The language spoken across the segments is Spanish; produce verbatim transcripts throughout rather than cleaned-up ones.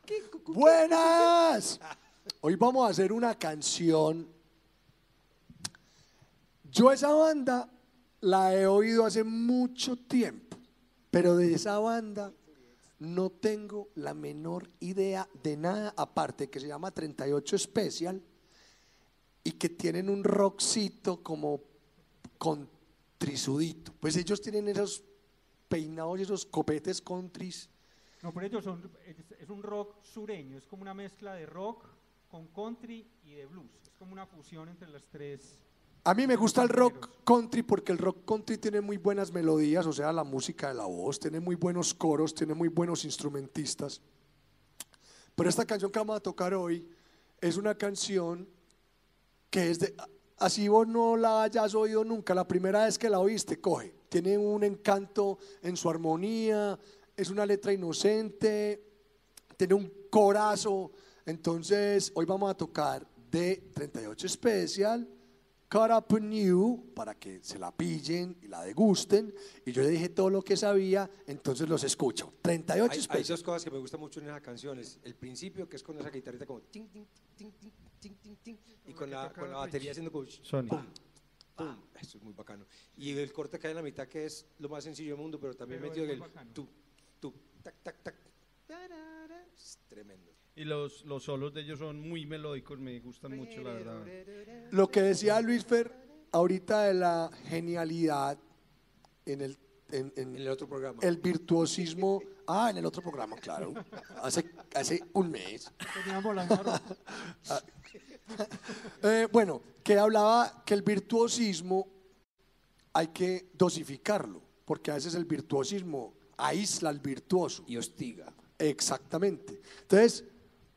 Buenas. Hoy vamos a hacer una canción. Yo esa banda la he oído hace mucho tiempo, pero de esa banda no tengo la menor idea de nada, aparte que se llama treinta y ocho Special y que tienen un rockcito como contrisudito. Pues ellos tienen esos peinados y esos copetes contris. No, pero ellos son, es un rock sureño, es como una mezcla de rock con country y de blues. Es como una fusión entre las tres. A mí me gusta el rock country porque el rock country tiene muy buenas melodías, o sea, la música de la voz, tiene muy buenos coros, tiene muy buenos instrumentistas. Pero esta canción que vamos a tocar hoy es una canción que es de, así vos no la hayas oído nunca, la primera vez que la oíste, coge, tiene un encanto en su armonía, es una letra inocente, tiene un corazo. Entonces hoy vamos a tocar de treinta y ocho Special, Cut Up New, para que se la pillen y la degusten. Y yo le dije todo lo que sabía, entonces los escucho. treinta y ocho hay, Special. Hay dos cosas que me gustan mucho en esa canción. Es el principio, que es con esa guitarrita como ting, ting, ting, ting, ting, ting, ting, y con la, con la batería haciendo como Sony. pum, pum. Eso es muy bacano. Y el corte que hay en la mitad, que es lo más sencillo del mundo, pero también Pero metido es en muy el bacano. tu, tu, tac, tac, tac. Tarara, es tremendo. Y los, los solos de ellos son muy melódicos, me gustan mucho, la verdad. Lo que decía Luis Fer ahorita de la genialidad en el, en, en En el otro programa. el virtuosismo. Ah, en el otro programa, claro. Hace, hace un mes. Teníamos la misma ropa. Eh, bueno, que hablaba que el virtuosismo hay que dosificarlo, porque a veces el virtuosismo aísla al virtuoso. Y hostiga. Exactamente. Entonces,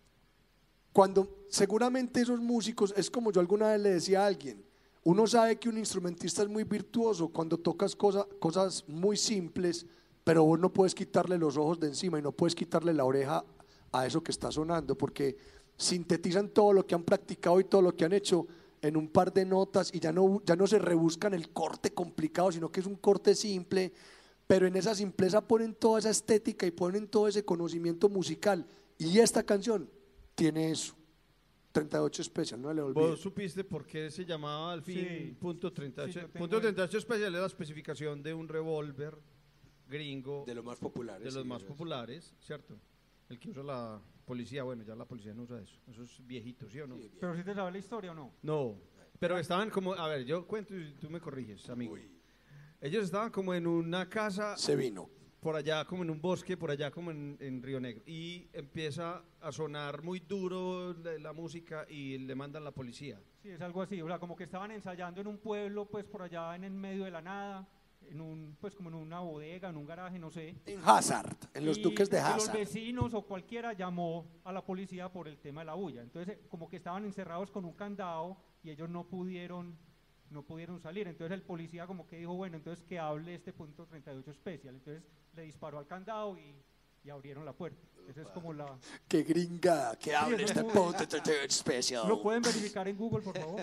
cuando seguramente esos músicos, es como yo alguna vez le decía a alguien, uno sabe que un instrumentista es muy virtuoso cuando tocas cosa, cosas muy simples, pero vos no puedes quitarle los ojos de encima y no puedes quitarle la oreja a eso que está sonando, porque sintetizan todo lo que han practicado y todo lo que han hecho en un par de notas y ya no, ya no se rebuscan el corte complicado, sino que es un corte simple, pero en esa simpleza ponen toda esa estética y ponen todo ese conocimiento musical, y esta canción tiene eso. treinta y ocho Special, no le olvides. ¿Vos supiste por qué se llamaba al fin Sí. punto treinta y ocho? Sí, yo tengo punto el- treinta y ocho Special es la especificación de un revólver gringo, De los más populares. de los sí, más eso es. populares, ¿cierto? El que usa la policía, bueno, ya la policía no usa eso, eso es viejito, ¿sí o no? Sí, bien. Pero si te sabes la historia o no. No, pero estaban como, a ver, yo cuento y tú me corriges, amigo. Uy. Ellos estaban como en una casa Se vino. por allá, como en un bosque, por allá como en, en Río Negro, y empieza a sonar muy duro la, la música y le mandan la policía. Sí, es algo así, o sea, como que estaban ensayando en un pueblo, pues por allá en el medio de la nada, en un, pues como en una bodega, en un garaje, no sé. En Hazard, en los Y- Duques de y los Hazard. vecinos o cualquiera llamó a la policía por el tema de la bulla. Entonces, eh, como que estaban encerrados con un candado y ellos no pudieron, no pudieron salir. Entonces el policía como que dijo, bueno, entonces que hable este punto treinta y ocho Special. Entonces le disparó al candado y, y abrieron la puerta. Esa es como la... Qué gringa, que hable eso es este muy- punto treinta y ocho Special. Lo pueden verificar en Google, por favor.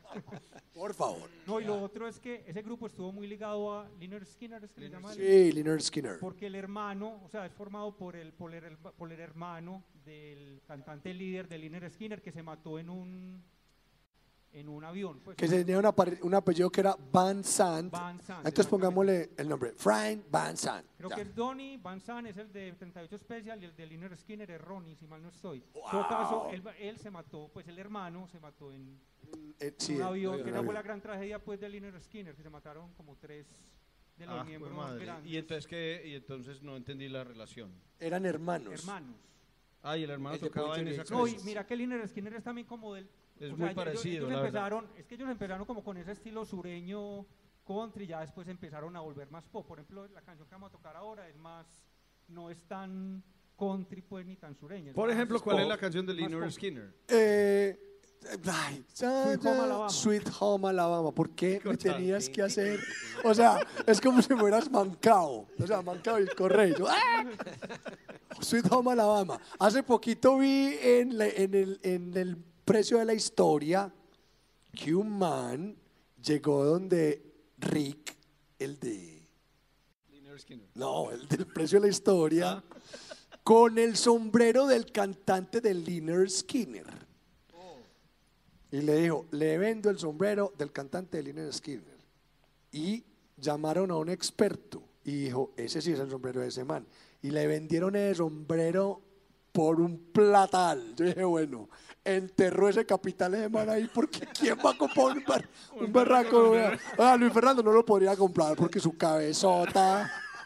Por favor. No, y lo otro es que ese grupo estuvo muy ligado a Lynyrd Skynyrd, ¿es que le llama? Sí, Lynyrd Skynyrd. Porque el hermano, o sea, es formado por el, por el, por el hermano del cantante líder de Lynyrd Skynyrd que se mató en un, en un avión. Pues, Que tenía una apare- un apellido que era Van Sant. Van Sant, Entonces exactamente. pongámosle el nombre, Frank Van Sant. Creo Ya. que es Donny Van Sant, es el de treinta y ocho Special, y el de Lynyrd Skynyrd es Ronnie, si mal no estoy. En todo caso, él, él se mató, pues el hermano se mató en Eh, sí, un el- avión, el que esa fue avión. la gran tragedia pues de Lynyrd Skynyrd, que se mataron como tres de los Ah, miembros jue madre. grandes, Y entonces qué, y entonces no entendí la relación. Eran hermanos. hermanos. Ah, y el hermano El de tocaba Poncho en esa Jackson. No, casa. y mira que Lynyrd Skynyrd es también como del... Es o muy sea, parecido, ellos la verdad. empezaron, es que ellos empezaron como con ese estilo sureño country, ya después empezaron a volver más pop. Por ejemplo, la canción que vamos a tocar ahora es más, no es tan country pues ni tan sureña. es Por más ejemplo, ¿cuál pop, es la canción de más Lynyrd pop. Skynyrd? Eh, ay, Sweet Home Alabama. Sweet Home Alabama. ¿Por qué me Corta. tenías que hacer? O sea, es como si me hubieras mancado. O sea, mancado y corre. Yo, ¡ah! Sweet Home Alabama. Hace poquito vi en, la- en, el, en el precio de la historia que un man llegó donde Rick, el de... Lynyrd Skynyrd. No, el del precio de la historia. con el sombrero del cantante de Lynyrd Skynyrd. Y le dijo, le vendo el sombrero del cantante de Lynyrd Skynyrd. Y llamaron a un experto y dijo, ese sí es el sombrero de ese man. Y le vendieron ese sombrero por un platal. Yo dije, bueno, enterró ese capital ese man ahí, porque ¿quién va a comprar un, bar, un berraco? Ah, Luis Fernando no lo podría comprar porque su cabezota.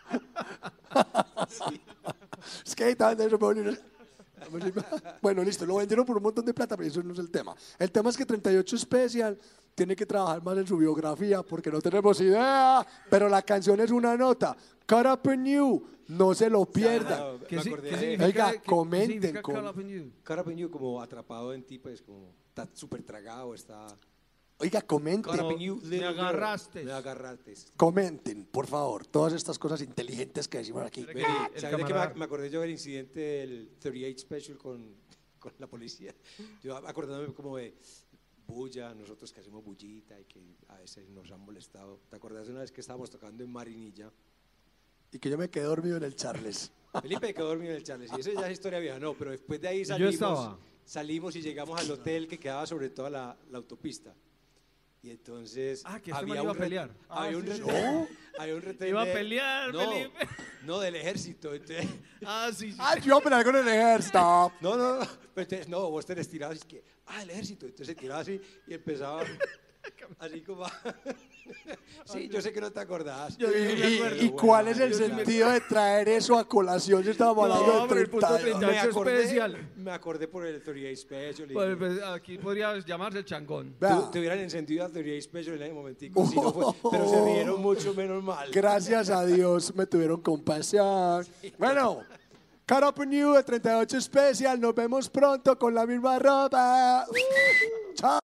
Es que ahí estaba eso, pero bueno, listo, lo vendieron por un montón de plata, pero eso no es el tema. El tema es que treinta y ocho Special tiene que trabajar más en su biografía porque no tenemos idea, pero la canción es una nota. Caught Up in You, no se lo pierdan. ¿Qué, si, ¿qué significa? Oiga, ¿Qué, comenten. ¿qué significa Com Caught Up in You? Caught Up in You, como atrapado en ti, pues como está súper tragado, está... Oiga, comenten. Caught Up in You, Me little agarraste. girl. Me agarraste. Comenten, por favor, todas estas cosas inteligentes que decimos aquí. Ve, el ¿sabes de qué camarada- me, me acordé yo del incidente del treinta y ocho Special con, con la policía? Yo acordándome como de bulla, nosotros que hacemos bullita y que a veces nos han molestado. ¿Te acordás de una vez que estábamos tocando en Marinilla? Y que yo me quedé dormido en el Charles. Felipe quedó dormido en el Charles, y eso ya es historia vieja, no, pero después de ahí Yo salimos, estaba. salimos y llegamos al hotel que quedaba sobre toda la, la autopista. Y entonces Ah, que este había man iba un a pelear. re- Ah, había, un sí, re- sí. no, había un retén Iba a de- pelear, no, Felipe. no, del ejército. Entonces, Ah, sí, sí. ¡Ah, yo iba a pelear con el ejército! no, no, no, pero entonces, no, vos tenés tirado así que, ah, el ejército. Entonces se tiraba así y empezaba así como... Sí, yo sé que no te acordás. Yo- ¿Y, yo me acuerdo. y cuál es el Yo sí me sentido de traer eso a colación si estábamos hablando No, de pero el punto treinta y ocho? treinta y ocho me acordé, especial. me acordé por el treinta y ocho Special. y- Pues, pues, aquí podría llamarse el changón. Vea, Tu- Te hubieran encendido a treinta y ocho Special en ese momentico, si no fue- pero se rieron mucho, menos mal. gracias a Dios me tuvieron compasión. Bueno, Caught Up in You de treinta y ocho Special. Nos vemos pronto con la misma ropa. Chao.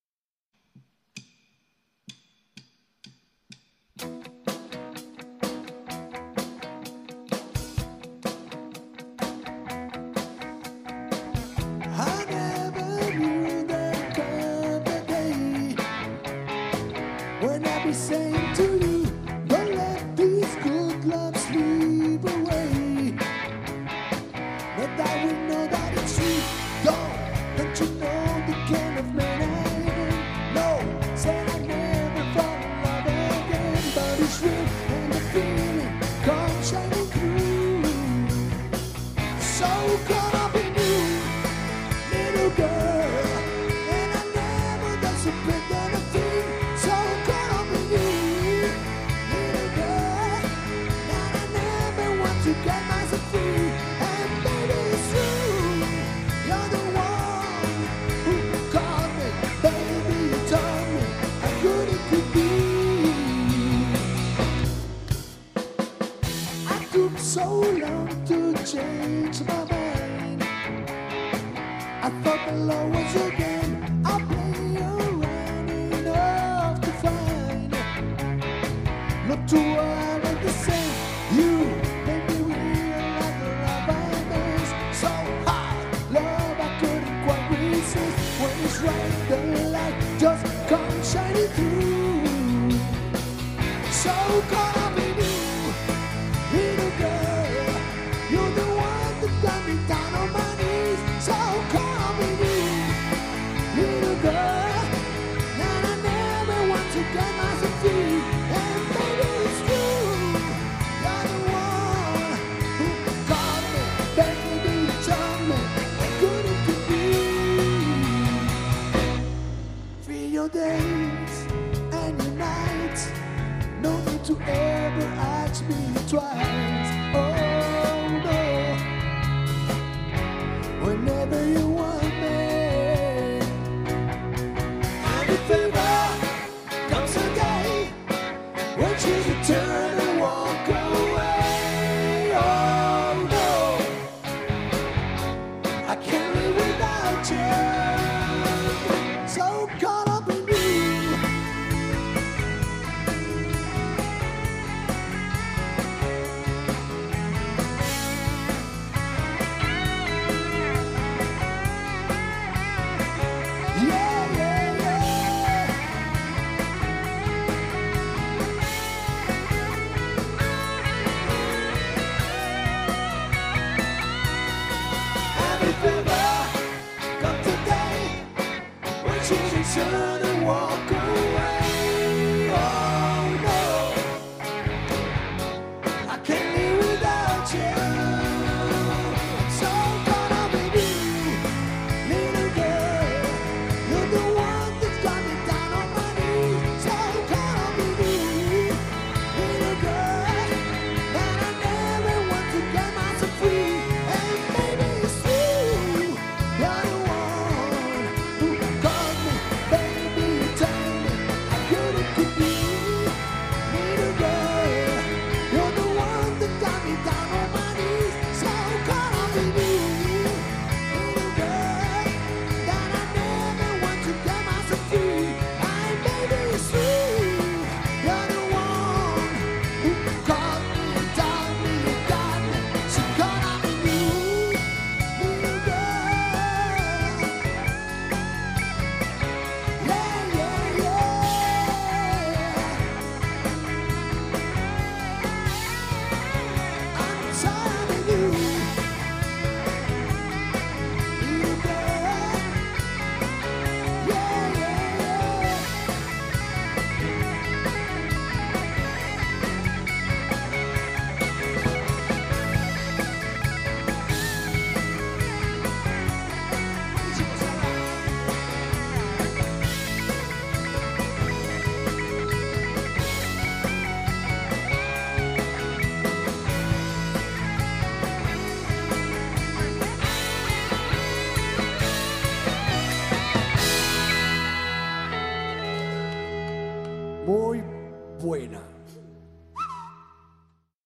I never knew there'd come a day when I'd be saying to you, don't let these good loves slip away. But I will know that it's true. Don't, don't you know the kind of man I am? No, said I never fall in love again, but it's real and the feeling comes shining through. So caught up in you, little girl, and I never done something that I think. So caught up in you, little girl, and I never want to get myself free. And baby, it's true, you're the one who caught me. Baby, you told me how good it could be. I took so long to change my mind. I thought the law was a game. I play around enough to find. Not too hard at the same. You made me realize the love I miss. So hard, love I couldn't quite resist. When it's right, the light just comes shining through. So caught up in you, little girl. You're the one that got me down on my knees. So caught up in you, little girl. And I never want to get myself free. And baby, it's true, you're the one who caught me. Baby, you told me how good it could be. Feel your days and your nights. No need to ever ask me twice. Oh no, turn and walk